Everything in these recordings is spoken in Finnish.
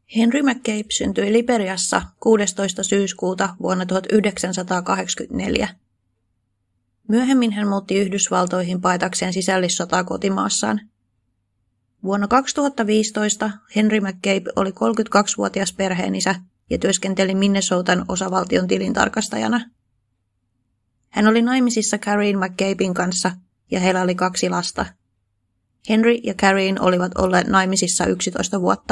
Henry McCabe syntyi Liberiassa 16. syyskuuta vuonna 1984. Myöhemmin hän muutti Yhdysvaltoihin paetakseen sisällissotaa kotimaassaan. Vuonna 2015 Henry McCabe oli 32-vuotias perheenisä ja työskenteli Minnesotan osavaltion tilintarkastajana. Hän oli naimisissa Careen McCaben kanssa ja heillä oli 2 lasta. Henry ja Careen olivat olleet naimisissa 11 vuotta.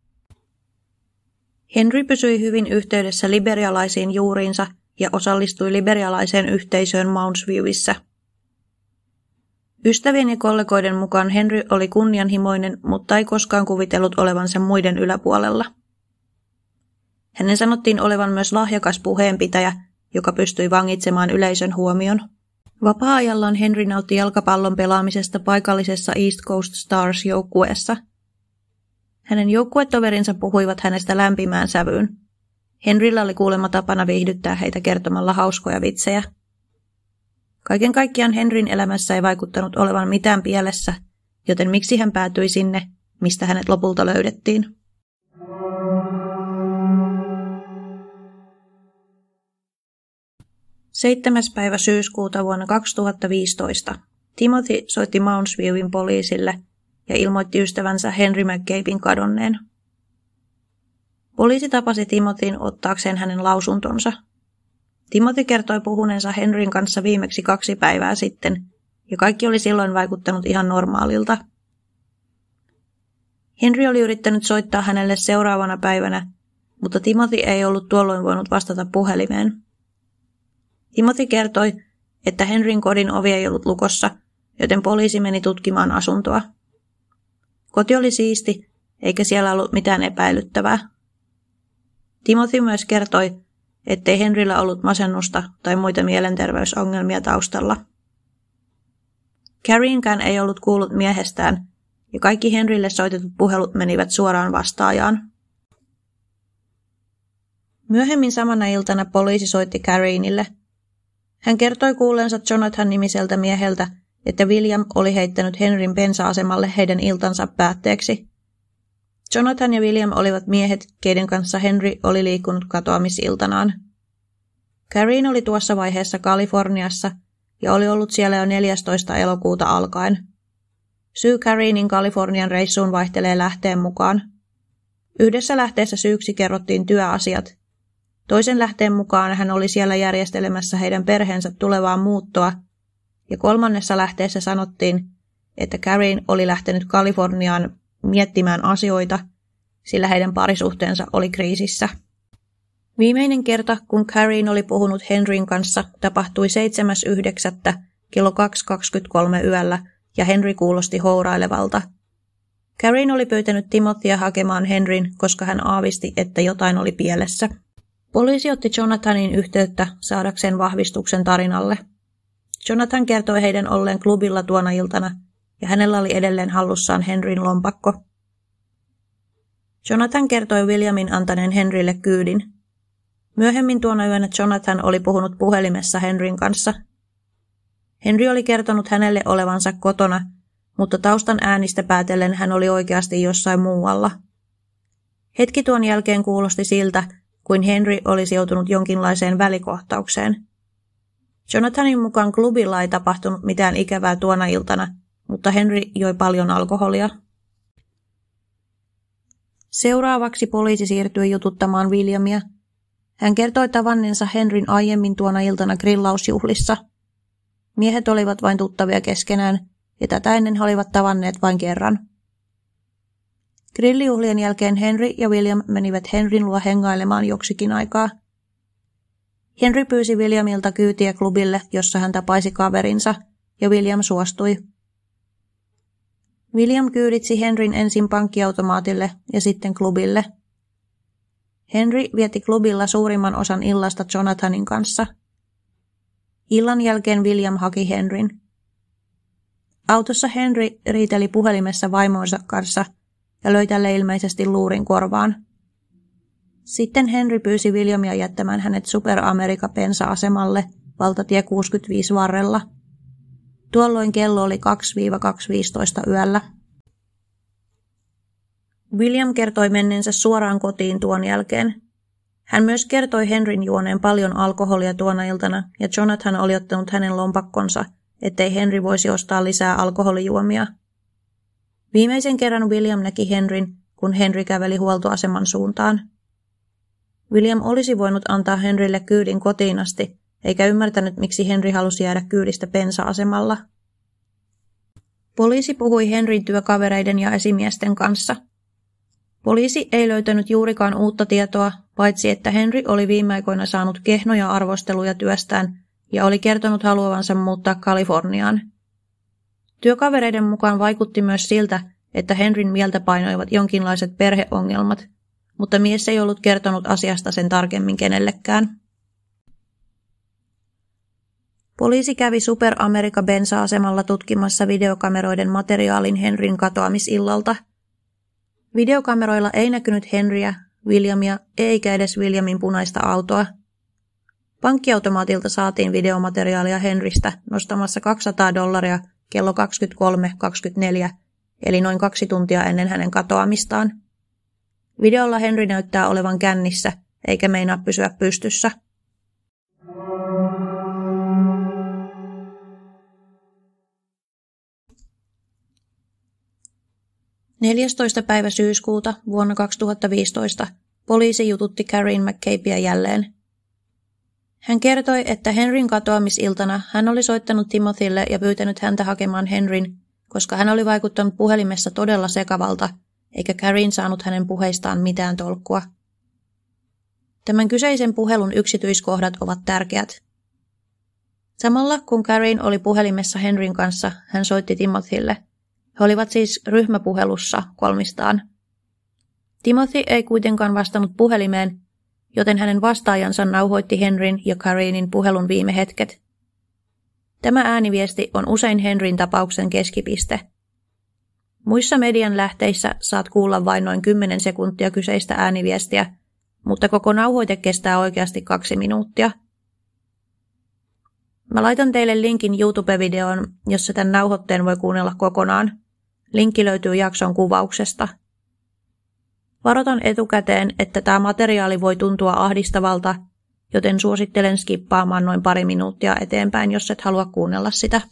Henry pysyi hyvin yhteydessä liberialaisiin juuriinsa ja osallistui liberialaiseen yhteisöön Mounds Viewissa. Ystävien ja kollegoiden mukaan Henry oli kunnianhimoinen, mutta ei koskaan kuvitellut olevansa muiden yläpuolella. Hänen sanottiin olevan myös lahjakas puheenpitäjä, joka pystyi vangitsemaan yleisön huomion. Vapaa-ajallaan Henry nautti jalkapallon pelaamisesta paikallisessa East Coast Stars-joukkueessa. Hänen joukkuetoverinsa puhuivat hänestä lämpimään sävyyn. Henryllä oli kuulemma tapana viihdyttää heitä kertomalla hauskoja vitsejä. Kaiken kaikkiaan Henryn elämässä ei vaikuttanut olevan mitään pielessä, joten miksi hän päätyi sinne, mistä hänet lopulta löydettiin? Päivä syyskuuta vuonna 2015 Timothy soitti Mounds Viewin poliisille ja ilmoitti ystävänsä Henry McCaben kadonneen. Poliisi tapasi Timothyn ottaakseen hänen lausuntonsa. Timothy kertoi puhuneensa Henryn kanssa viimeksi 2 päivää sitten, ja kaikki oli silloin vaikuttanut ihan normaalilta. Henry oli yrittänyt soittaa hänelle seuraavana päivänä, mutta Timothy ei ollut tuolloin voinut vastata puhelimeen. Timothy kertoi, että Henryn kodin ovi ei ollut lukossa, joten poliisi meni tutkimaan asuntoa. Koti oli siisti, eikä siellä ollut mitään epäilyttävää. Timothy myös kertoi, ettei Henryllä ollut masennusta tai muita mielenterveysongelmia taustalla. Careenkään ei ollut kuullut miehestään, ja kaikki Henrylle soitetut puhelut menivät suoraan vastaajaan. Myöhemmin samana iltana poliisi soitti Careenille. Hän kertoi kuulleensa Jonathan-nimiseltä mieheltä, että William oli heittänyt Henryn bensa-asemalle heidän iltansa päätteeksi. Jonathan ja William olivat miehet, keiden kanssa Henry oli liikkunut katoamisiltanaan. Careen oli tuossa vaiheessa Kaliforniassa ja oli ollut siellä jo 14. elokuuta alkaen. Syy Careenin Kalifornian reissuun vaihtelee lähteen mukaan. Yhdessä lähteessä syyksi kerrottiin työasiat. Toisen lähteen mukaan hän oli siellä järjestelemässä heidän perheensä tulevaa muuttoa, ja 3. lähteessä sanottiin, että Careen oli lähtenyt Kaliforniaan miettimään asioita, sillä heidän parisuhteensa oli kriisissä. Viimeinen kerta, kun Careen oli puhunut Henryn kanssa, tapahtui 7.9. kello 2.23 yöllä, ja Henry kuulosti hourailevalta. Careen oli pyytänyt Timothya hakemaan Henryn, koska hän aavisti, että jotain oli pielessä. Poliisi otti Jonathanin yhteyttä saadakseen vahvistuksen tarinalle. Jonathan kertoi heidän olleen klubilla tuona iltana, ja hänellä oli edelleen hallussaan Henryn lompakko. Jonathan kertoi Williamin antaneen Henrylle kyydin. Myöhemmin tuona yönä Jonathan oli puhunut puhelimessa Henryn kanssa. Henry oli kertonut hänelle olevansa kotona, mutta taustan äänistä päätellen hän oli oikeasti jossain muualla. Hetki tuon jälkeen kuulosti siltä, kuin Henry olisi joutunut jonkinlaiseen välikohtaukseen. Jonathanin mukaan klubilla ei tapahtunut mitään ikävää tuona iltana, mutta Henry joi paljon alkoholia. Seuraavaksi poliisi siirtyi jututtamaan Williamia. Hän kertoi tavanneensa Henryn aiemmin tuona iltana grillausjuhlissa. Miehet olivat vain tuttavia keskenään, ja tätä ennen he olivat tavanneet vain kerran. Grillijuhlien jälkeen Henry ja William menivät Henryn luo hengailemaan joksikin aikaa. Henry pyysi Williamilta kyytiä klubille, jossa hän tapaisi kaverinsa, ja William suostui. William kyyditsi Henryn ensin pankkiautomaatille ja sitten klubille. Henry vietti klubilla suurimman osan illasta Jonathanin kanssa. Illan jälkeen William haki Henryn. Autossa Henry riiteli puhelimessa vaimonsa kanssa ja löi tälle ilmeisesti luurin korvaan. Sitten Henry pyysi Williamia jättämään hänet Super America bensa-asemalle valtatie 65 varrella. Tuolloin kello oli 2-2.15 yöllä. William kertoi menneensä suoraan kotiin tuon jälkeen. Hän myös kertoi Henryn juoneen paljon alkoholia tuona iltana, ja Jonathan oli ottanut hänen lompakkonsa, ettei Henry voisi ostaa lisää alkoholijuomia. Viimeisen kerran William näki Henryn, kun Henry käveli huoltoaseman suuntaan. William olisi voinut antaa Henrylle kyydin kotiin asti, eikä ymmärtänyt, miksi Henry halusi jäädä kyydistä bensa-asemalla. Poliisi puhui Henryn työkavereiden ja esimiesten kanssa. Poliisi ei löytänyt juurikaan uutta tietoa, paitsi että Henry oli viime aikoina saanut kehnoja arvosteluja työstään ja oli kertonut haluavansa muuttaa Kaliforniaan. Työkavereiden mukaan vaikutti myös siltä, että Henryn mieltä painoivat jonkinlaiset perheongelmat, mutta mies ei ollut kertonut asiasta sen tarkemmin kenellekään. Poliisi kävi Super America bensa-asemalla tutkimassa videokameroiden materiaalin Henryn katoamisillalta. Videokameroilla ei näkynyt Henryä, Williamia eikä edes Williamin punaista autoa. Pankkiautomaatilta saatiin videomateriaalia Henrystä nostamassa $200 kello 23.24, eli noin 2 tuntia ennen hänen katoamistaan. Videolla Henry näyttää olevan kännissä, eikä meinaa pysyä pystyssä. 14. päivä syyskuuta vuonna 2015 poliisi jututti Careen McCabeä jälleen. Hän kertoi, että Henryn katoamisiltana hän oli soittanut Timothylle ja pyytänyt häntä hakemaan Henryn, koska hän oli vaikuttanut puhelimessa todella sekavalta, eikä Careen saanut hänen puheistaan mitään tolkkua. Tämän kyseisen puhelun yksityiskohdat ovat tärkeät. Samalla kun Careen oli puhelimessa Henryn kanssa, hän soitti Timothylle. He olivat siis ryhmäpuhelussa kolmistaan. Timothy ei kuitenkaan vastannut puhelimeen, joten hänen vastaajansa nauhoitti Henryn ja Careenin puhelun viime hetket. Tämä ääniviesti on usein Henryn tapauksen keskipiste. Muissa median lähteissä saat kuulla vain noin 10 sekuntia kyseistä ääniviestiä, mutta koko nauhoite kestää oikeasti 2 minuuttia. Mä laitan teille linkin YouTube-videoon, jossa tämän nauhoitteen voi kuunnella kokonaan. Linkki löytyy jakson kuvauksesta. Varoitan etukäteen, että tämä materiaali voi tuntua ahdistavalta, joten suosittelen skippaamaan noin 2 minuuttia eteenpäin, jos et halua kuunnella sitä.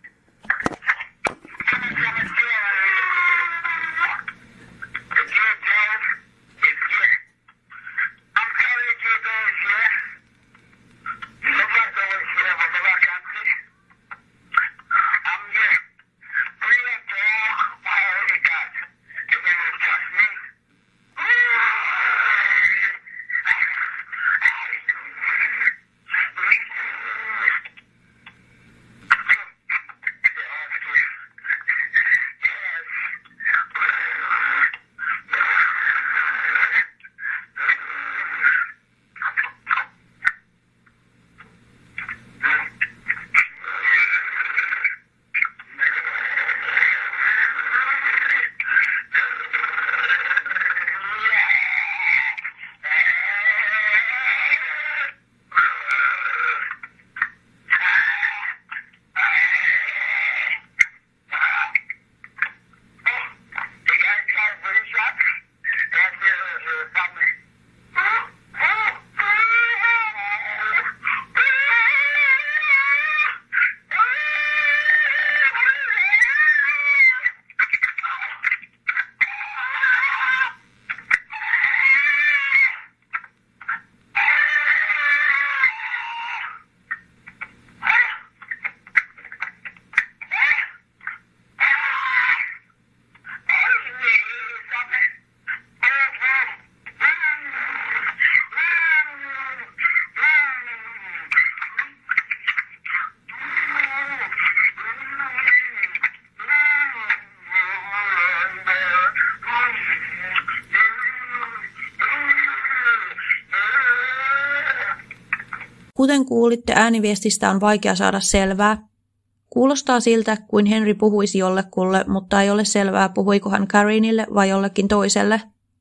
Kuten kuulitte, ääniviestistä on vaikea saada selvää. Kuulostaa siltä, kuin Henry puhuisi jollekulle, mutta ei ole selvää, puhuiko hän Careenille vai jollekin toiselle.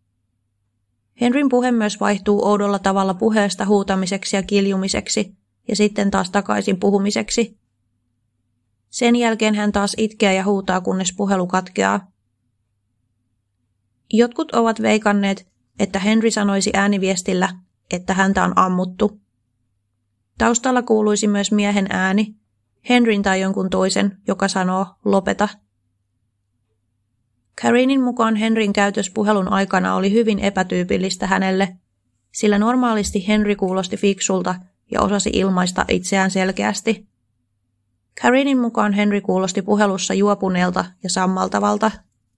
Henryn puhe myös vaihtuu oudolla tavalla puheesta huutamiseksi ja kiljumiseksi, ja sitten taas takaisin puhumiseksi. Sen jälkeen hän taas itkee ja huutaa, kunnes puhelu katkeaa. Jotkut ovat veikanneet, että Henry sanoisi ääniviestillä, että häntä on ammuttu. Taustalla kuuluisi myös miehen ääni, Henryn tai jonkun toisen, joka sanoo lopeta. Careenin mukaan Henryn käytös puhelun aikana oli hyvin epätyypillistä hänelle, sillä normaalisti Henry kuulosti fiksulta ja osasi ilmaista itseään selkeästi. Careenin mukaan Henry kuulosti puhelussa juopuneelta ja sammaltavalta.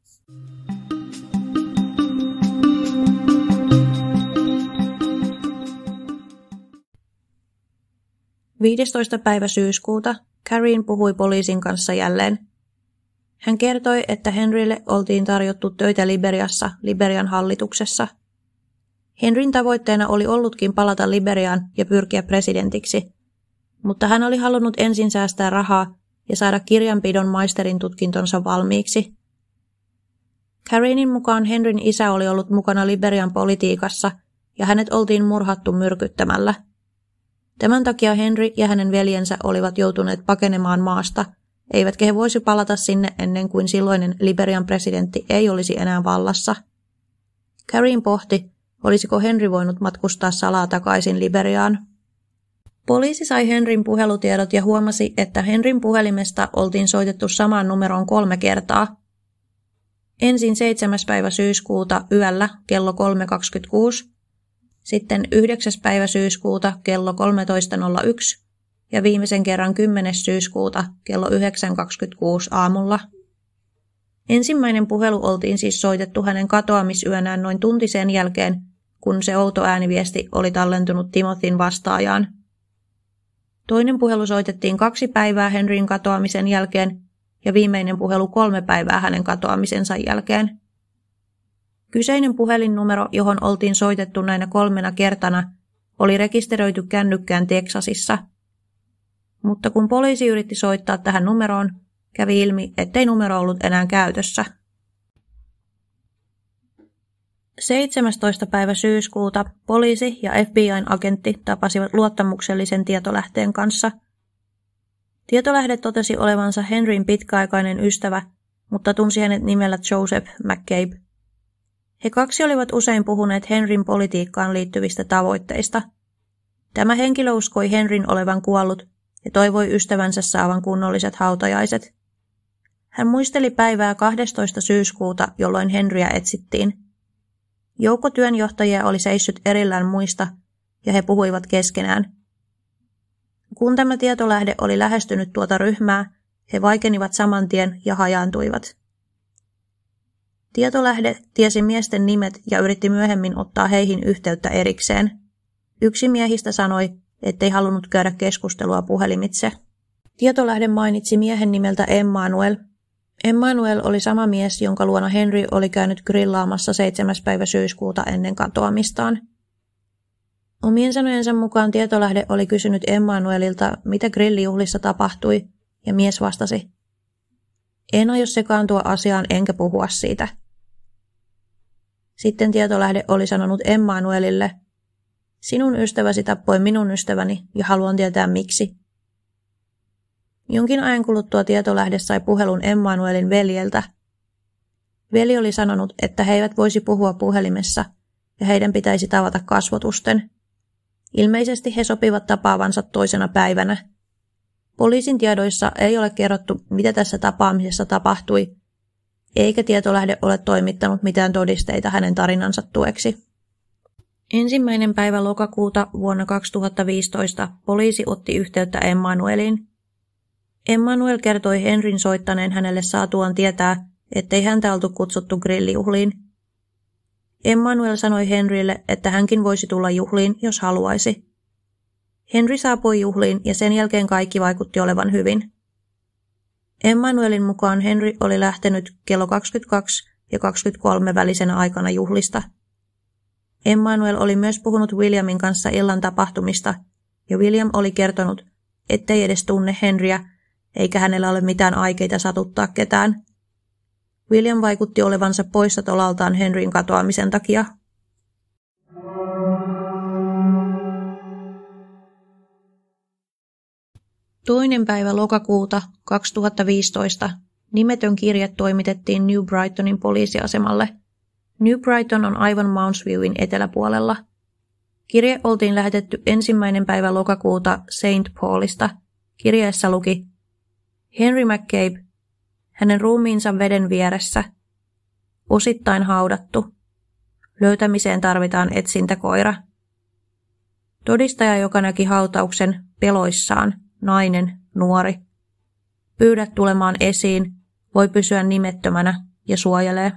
15. päivä syyskuuta Careen puhui poliisin kanssa jälleen. Hän kertoi, että Henrylle oltiin tarjottu töitä Liberiassa, Liberian hallituksessa. Henryn tavoitteena oli ollutkin palata Liberiaan ja pyrkiä presidentiksi, mutta hän oli halunnut ensin säästää rahaa ja saada kirjanpidon maisterin tutkintonsa valmiiksi. Careenin mukaan Henryn isä oli ollut mukana Liberian politiikassa ja hänet oltiin murhattu myrkyttämällä. Tämän takia Henry ja hänen veljensä olivat joutuneet pakenemaan maasta, eivätkä he voisi palata sinne ennen kuin silloinen Liberian presidentti ei olisi enää vallassa. Careen pohti, olisiko Henry voinut matkustaa salaa takaisin Liberiaan. Poliisi sai Henryn puhelutiedot ja huomasi, että Henryn puhelimesta oltiin soitettu samaan numeroon 3 kertaa. Ensin 7. päivä syyskuuta yöllä kello 3.26, sitten 9. päivä syyskuuta kello 13.01 ja viimeisen kerran 10. syyskuuta kello 9.26 aamulla. Ensimmäinen puhelu oltiin siis soitettu hänen katoamisyönään noin tunti sen jälkeen, kun se outo ääniviesti oli tallentunut Timothyn vastaajaan. Toinen puhelu soitettiin 2 päivää Henryn katoamisen jälkeen ja viimeinen puhelu 3 päivää hänen katoamisensa jälkeen. Kyseinen puhelinnumero, johon oltiin soitettu näinä 3 kertana, oli rekisteröity kännykkään Teksasissa. Mutta kun poliisi yritti soittaa tähän numeroon, kävi ilmi, ettei numero ollut enää käytössä. 17. päivä syyskuuta poliisi ja FBI:n agentti tapasivat luottamuksellisen tietolähteen kanssa. Tietolähde totesi olevansa Henryn pitkäaikainen ystävä, mutta tunsi hänet nimellä Joseph McCabe. He 2 olivat usein puhuneet Henryn politiikkaan liittyvistä tavoitteista. Tämä henkilö uskoi Henryn olevan kuollut ja toivoi ystävänsä saavan kunnolliset hautajaiset. Hän muisteli päivää 12. syyskuuta, jolloin Henryä etsittiin. Joukko työnjohtajia oli seissyt erillään muista ja he puhuivat keskenään. Kun tämä tietolähde oli lähestynyt tuota ryhmää, he vaikenivat saman tien ja hajaantuivat. Tietolähde tiesi miesten nimet ja yritti myöhemmin ottaa heihin yhteyttä erikseen. Yksi miehistä sanoi, ettei halunnut käydä keskustelua puhelimitse. Tietolähde mainitsi miehen nimeltä Emmanuel. Emmanuel oli sama mies, jonka luona Henry oli käynyt grillaamassa 7. päivä syyskuuta ennen katoamistaan. Omien sanojensa mukaan tietolähde oli kysynyt Emmanuelilta, mitä grillijuhlissa tapahtui, ja mies vastasi: "En aio sekaantua asiaan enkä puhua siitä." Sitten tietolähde oli sanonut Emmanuelille: "Sinun ystäväsi tappoi minun ystäväni ja haluan tietää miksi." Jonkin ajan kuluttua tietolähde sai puhelun Emmanuelin veljeltä. Veli oli sanonut, että he eivät voisi puhua puhelimessa ja heidän pitäisi tavata kasvotusten. Ilmeisesti he sopivat tapaavansa toisena päivänä. Poliisin tiedoissa ei ole kerrottu, mitä tässä tapaamisessa tapahtui, eikä tietolähde ole toimittanut mitään todisteita hänen tarinansa tueksi. 1. päivä lokakuuta vuonna 2015 poliisi otti yhteyttä Emmanueliin. Emmanuel kertoi Henryn soittaneen hänelle saatuaan tietää, ettei häntä oltu kutsuttu grillijuhliin. Emmanuel sanoi Henrylle, että hänkin voisi tulla juhliin, jos haluaisi. Henry saapui juhliin ja sen jälkeen kaikki vaikutti olevan hyvin. Emmanuelin mukaan Henry oli lähtenyt kello 22 ja 23 välisenä aikana juhlista. Emmanuel oli myös puhunut Williamin kanssa illan tapahtumista ja William oli kertonut, ettei edes tunne Henryä eikä hänellä ole mitään aikeita satuttaa ketään. William vaikutti olevansa poissa tolaltaan Henryn katoamisen takia. Toinen päivä lokakuuta 2015 nimetön kirje toimitettiin New Brightonin poliisiasemalle. New Brighton on aivan Mountsviewin eteläpuolella. Kirje oltiin lähetetty 1. päivä lokakuuta St. Paulista. Kirjeessä luki: Henry McCabe, hänen ruumiinsa veden vieressä. Osittain haudattu. Löytämiseen tarvitaan etsintäkoira. Todistaja, joka näki hautauksen, peloissaan, nainen, nuori. Pyydä tulemaan esiin, voi pysyä nimettömänä ja suojelee.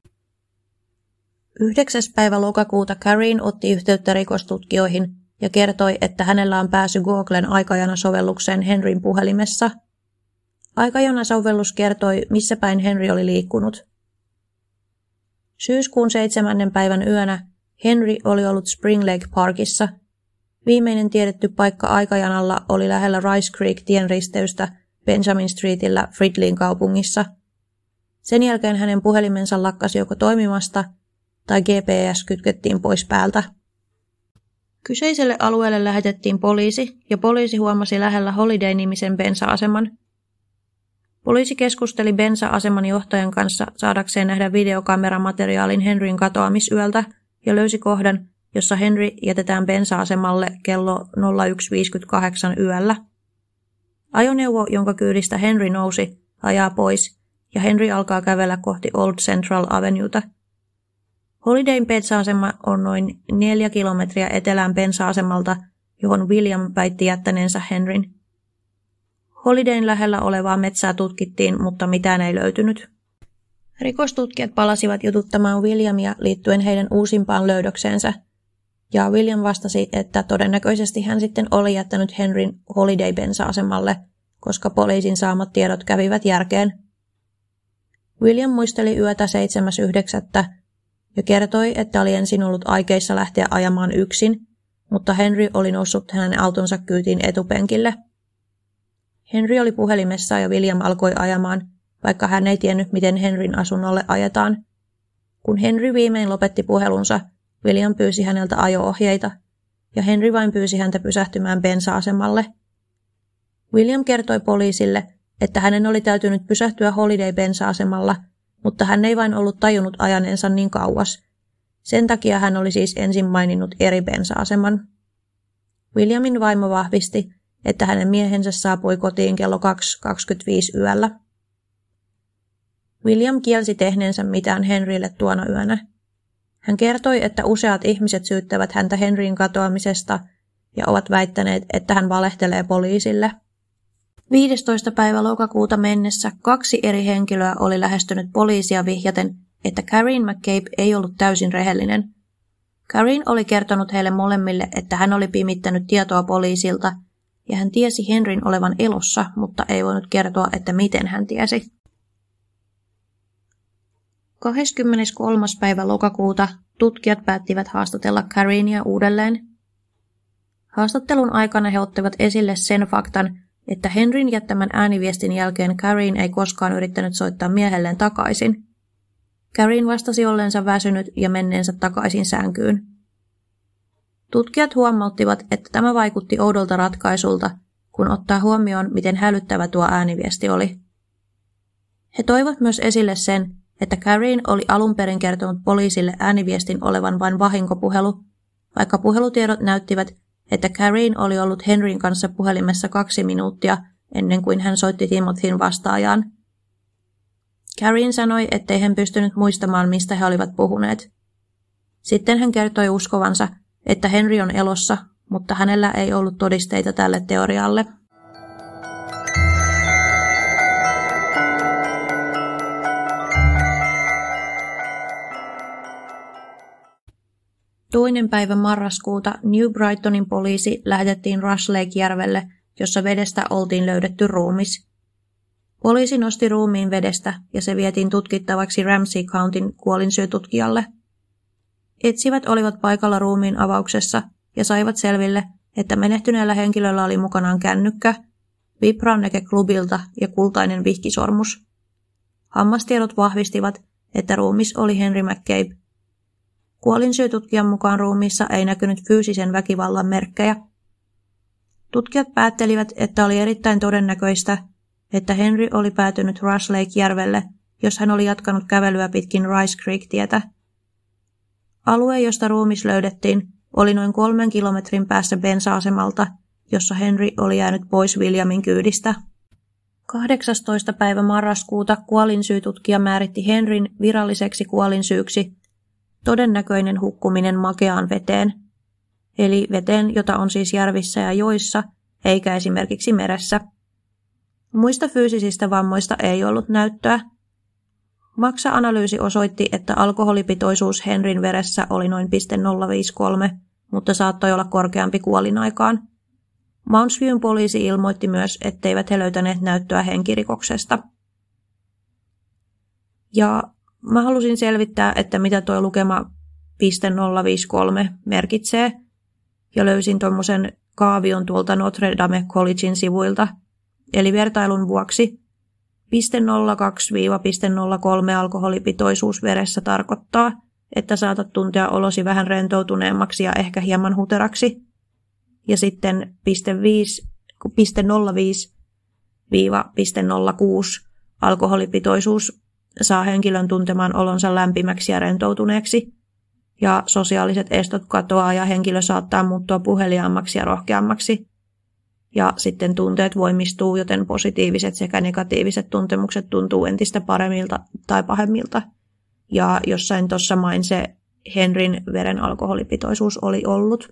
9. päivä lokakuuta Kareen otti yhteyttä rikostutkijoihin ja kertoi, että hänellä on pääsy Googlen aikajana-sovellukseen Henryn puhelimessa. Aikajana-sovellus kertoi, missä päin Henry oli liikkunut. Syyskuun 7. päivän yönä Henry oli ollut Spring Lake Parkissa. Viimeinen tiedetty paikka aikajanalla oli lähellä Rice Creek tien risteystä Benjamin Streetillä Fridleyn kaupungissa. Sen jälkeen hänen puhelimensa lakkasi joko toimimasta tai GPS kytkettiin pois päältä. Kyseiselle alueelle lähetettiin poliisi ja poliisi huomasi lähellä Holiday-nimisen bensa-aseman. Poliisi keskusteli bensa-aseman johtajan kanssa saadakseen nähdä videokameramateriaalin Henryn katoamisyöltä ja löysi kohdan, jossa Henry jätetään bensa-asemalle kello 01.58 yöllä. Ajoneuvo, jonka kyydistä Henry nousi, ajaa pois ja Henry alkaa kävellä kohti Old Central Avenueta. Holidayn bensa-asema on noin 4 kilometriä etelään bensa-asemalta, johon William väitti jättäneensä Henryn. Holidayn lähellä olevaa metsää tutkittiin, mutta mitään ei löytynyt. Rikostutkijat palasivat jututtamaan Williamia liittyen heidän uusimpaan löydökseensä, ja William vastasi, että todennäköisesti hän sitten oli jättänyt Henryn Holiday-bensa-asemalle, koska poliisin saamat tiedot kävivät järkeen. William muisteli yötä 7.9. ja kertoi, että oli ensin ollut aikeissa lähteä ajamaan yksin, mutta Henry oli noussut hänen autonsa kyytiin etupenkille. Henry oli puhelimessa ja William alkoi ajamaan, vaikka hän ei tiennyt, miten Henryn asunnolle ajetaan. Kun Henry viimein lopetti puhelunsa, William pyysi häneltä ajo-ohjeita, ja Henry vain pyysi häntä pysähtymään bensa-asemalle. William kertoi poliisille, että hänen oli täytynyt pysähtyä Holiday-bensa-asemalla, mutta hän ei vain ollut tajunnut ajaneensa niin kauas. Sen takia hän oli siis ensin maininnut eri bensa-aseman. Williamin vaimo vahvisti, että hänen miehensä saapui kotiin kello 2.25 yöllä. William kielsi tehneensä mitään Henrylle tuona yönä. Hän kertoi, että useat ihmiset syyttävät häntä Henryn katoamisesta ja ovat väittäneet, että hän valehtelee poliisille. 15. päivä lokakuuta mennessä 2 eri henkilöä oli lähestynyt poliisia vihjaten, että Kareen McCabe ei ollut täysin rehellinen. Kareen oli kertonut heille molemmille, että hän oli pimittänyt tietoa poliisilta, ja hän tiesi Henryn olevan elossa, mutta ei voinut kertoa, että miten hän tiesi. 23. päivä lokakuuta tutkijat päättivät haastatella Kareenia uudelleen. Haastattelun aikana he ottivat esille sen faktan, että Henryn jättämän ääniviestin jälkeen Kareen ei koskaan yrittänyt soittaa miehelleen takaisin. Kareen vastasi olleensa väsynyt ja menneensä takaisin sänkyyn. Tutkijat huomauttivat, että tämä vaikutti oudolta ratkaisulta, kun ottaa huomioon, miten hälyttävä tuo ääniviesti oli. He toivat myös esille sen, että Kareen oli alun perin kertonut poliisille ääniviestin olevan vain vahinkopuhelu, vaikka puhelutiedot näyttivät, että Kareen oli ollut Henryn kanssa puhelimessa 2 minuuttia ennen kuin hän soitti Timothyn vastaajaan. Kareen sanoi, ettei hän pystynyt muistamaan, mistä he olivat puhuneet. Sitten hän kertoi uskovansa, että Henry on elossa, mutta hänellä ei ollut todisteita tälle teorialle. Toinen päivä marraskuuta New Brightonin poliisi lähetettiin Rush Lake-järvelle, jossa vedestä oltiin löydetty ruumis. Poliisi nosti ruumiin vedestä ja se vietiin tutkittavaksi Ramsey Countyn kuolinsyytutkijalle. Etsivät olivat paikalla ruumiin avauksessa ja saivat selville, että menehtyneellä henkilöllä oli mukanaan kännykkä, Vibranneke klubilta ja kultainen vihkisormus. Hammastiedot vahvistivat, että ruumis oli Henry McCabe. Kuolinsyytutkijan mukaan ruumiissa ei näkynyt fyysisen väkivallan merkkejä. Tutkijat päättelivät, että oli erittäin todennäköistä, että Henry oli päätynyt Rush Lake-järvelle, jos hän oli jatkanut kävelyä pitkin Rice Creek-tietä, Alue, josta ruumis löydettiin, oli noin 3 kilometrin päässä bensa-asemalta, jossa Henry oli jäänyt pois Williamin kyydistä. 18. päivä marraskuuta kuolinsyytutkija määritti Henryn viralliseksi kuolinsyyksi todennäköinen hukkuminen makeaan veteen, eli veteen, jota on siis järvissä ja joissa, eikä esimerkiksi meressä. Muista fyysisistä vammoista ei ollut näyttöä. Maksa-analyysi osoitti, että alkoholipitoisuus Henryn veressä oli noin 0,053, mutta saattoi olla korkeampi kuolinaikaan. Mountsviewn poliisi ilmoitti myös, etteivät he löytäneet näyttöä henkirikoksesta. Ja mä halusin selvittää, että mitä tuo lukema 0,053 merkitsee, ja löysin tuommoisen kaavion tuolta Notre Dame Collegein sivuilta. Eli vertailun vuoksi 0,02–0,03 alkoholipitoisuus veressä tarkoittaa, että saatat tuntea olosi vähän rentoutuneemmaksi ja ehkä hieman huteraksi. Ja sitten 0,05–0,06 alkoholipitoisuus saa henkilön tuntemaan olonsa lämpimäksi ja rentoutuneeksi. Ja sosiaaliset estot katoaa ja henkilö saattaa muuttua puheliaammaksi ja rohkeammaksi. Ja sitten tunteet voimistuu, joten positiiviset sekä negatiiviset tuntemukset tuntuu entistä paremmilta tai pahemmilta. Ja jossain tuossa main se Henryn veren alkoholipitoisuus oli ollut.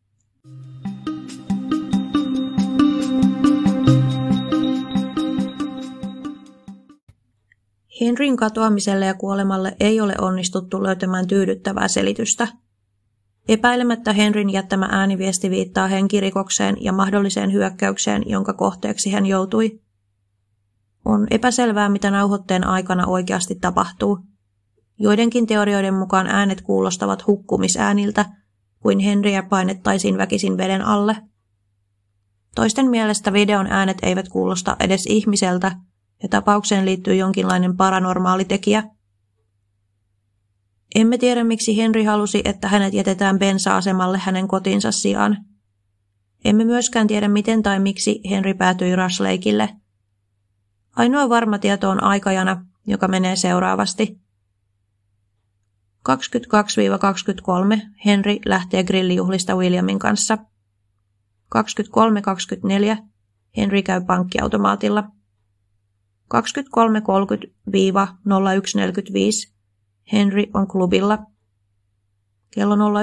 Henryn katoamiselle ja kuolemalle ei ole onnistuttu löytämään tyydyttävää selitystä. Epäilemättä Henryn jättämä ääniviesti viittaa henkirikokseen ja mahdolliseen hyökkäykseen, jonka kohteeksi hän joutui. On epäselvää, mitä nauhoitteen aikana oikeasti tapahtuu. Joidenkin teorioiden mukaan äänet kuulostavat hukkumisääniltä, kuin Henryä painettaisiin väkisin veden alle. Toisten mielestä videon äänet eivät kuulosta edes ihmiseltä, ja tapaukseen liittyy jonkinlainen paranormaali tekijä. Emme tiedä, miksi Henry halusi, että hänet jätetään bensa-asemalle hänen kotinsa sijaan. Emme myöskään tiedä, miten tai miksi Henry päätyi Rush Lakeille. Ainoa varma tieto on aikajana, joka menee seuraavasti. 22–23 Henry lähtee grillijuhlista Williamin kanssa. 23–24 Henry käy pankkiautomaatilla. 23:30–01:45 Henry on klubilla. Kello 01:58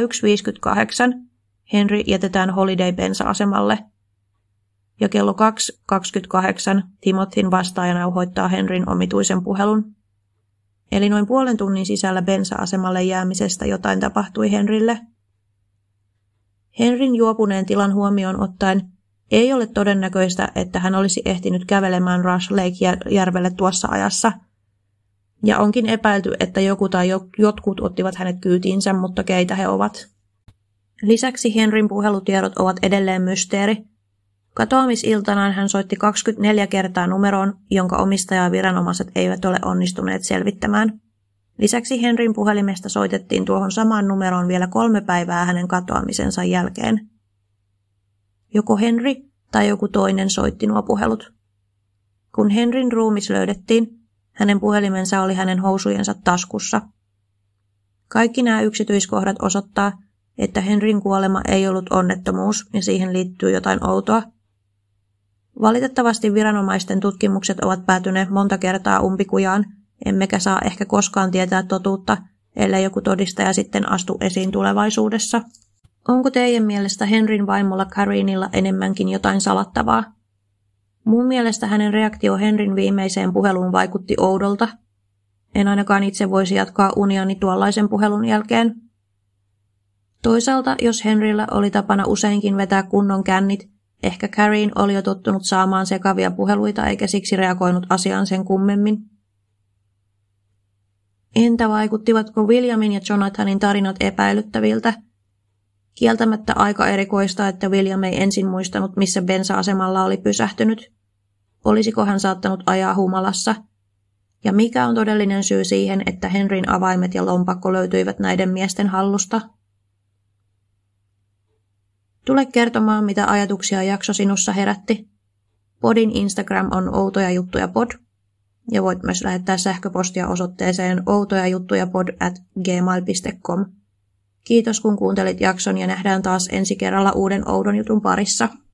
Henry jätetään Holiday bensa-asemalle. Ja kello 2:28 Timothyn vastaaja nauhoittaa Henryn omituisen puhelun. Eli noin puolen tunnin sisällä bensa-asemalle jäämisestä jotain tapahtui Henrylle. Henryn juopuneen tilan huomioon ottaen ei ole todennäköistä, että hän olisi ehtinyt kävelemään Rush Lake-järvelle tuossa ajassa. Ja onkin epäilty, että joku tai jotkut ottivat hänet kyytiinsä, mutta keitä he ovat. Lisäksi Henryn puhelutiedot ovat edelleen mysteeri. Katoamisiltanaan hän soitti 24 kertaa numeroon, jonka omistajaa viranomaiset eivät ole onnistuneet selvittämään. Lisäksi Henryn puhelimesta soitettiin tuohon samaan numeroon vielä 3 päivää hänen katoamisensa jälkeen. Joko Henry tai joku toinen soitti nuo puhelut. Kun Henryn ruumis löydettiin, hänen puhelimensa oli hänen housujensa taskussa. Kaikki nämä yksityiskohdat osoittaa, että Henryn kuolema ei ollut onnettomuus ja siihen liittyy jotain outoa. Valitettavasti viranomaisten tutkimukset ovat päätyneet monta kertaa umpikujaan, emmekä saa ehkä koskaan tietää totuutta, ellei joku todistaja sitten astu esiin tulevaisuudessa. Onko teidän mielestä Henryn vaimolla Karinilla enemmänkin jotain salattavaa? Mun mielestä hänen reaktio Henryn viimeiseen puheluun vaikutti oudolta. En ainakaan itse voisi jatkaa uniani tuollaisen puhelun jälkeen. Toisaalta, jos Henryllä oli tapana useinkin vetää kunnon kännit, ehkä Karin oli jo tottunut saamaan sekavia puheluita eikä siksi reagoinut asiaan sen kummemmin. Entä vaikuttivatko Williamin ja Jonathanin tarinat epäilyttäviltä? Kieltämättä aika erikoista, että William ei ensin muistanut, missä bensa-asemalla oli pysähtynyt. Olisiko hän saattanut ajaa humalassa? Ja mikä on todellinen syy siihen, että Henryn avaimet ja lompakko löytyivät näiden miesten hallusta? Tule kertomaan, mitä ajatuksia jakso sinussa herätti. Podin Instagram on outoja juttuja pod, ja voit myös lähettää sähköpostia osoitteeseen outojajuttuja@gmail.com. Kiitos kun kuuntelit jakson ja nähdään taas ensi kerralla uuden oudon jutun parissa.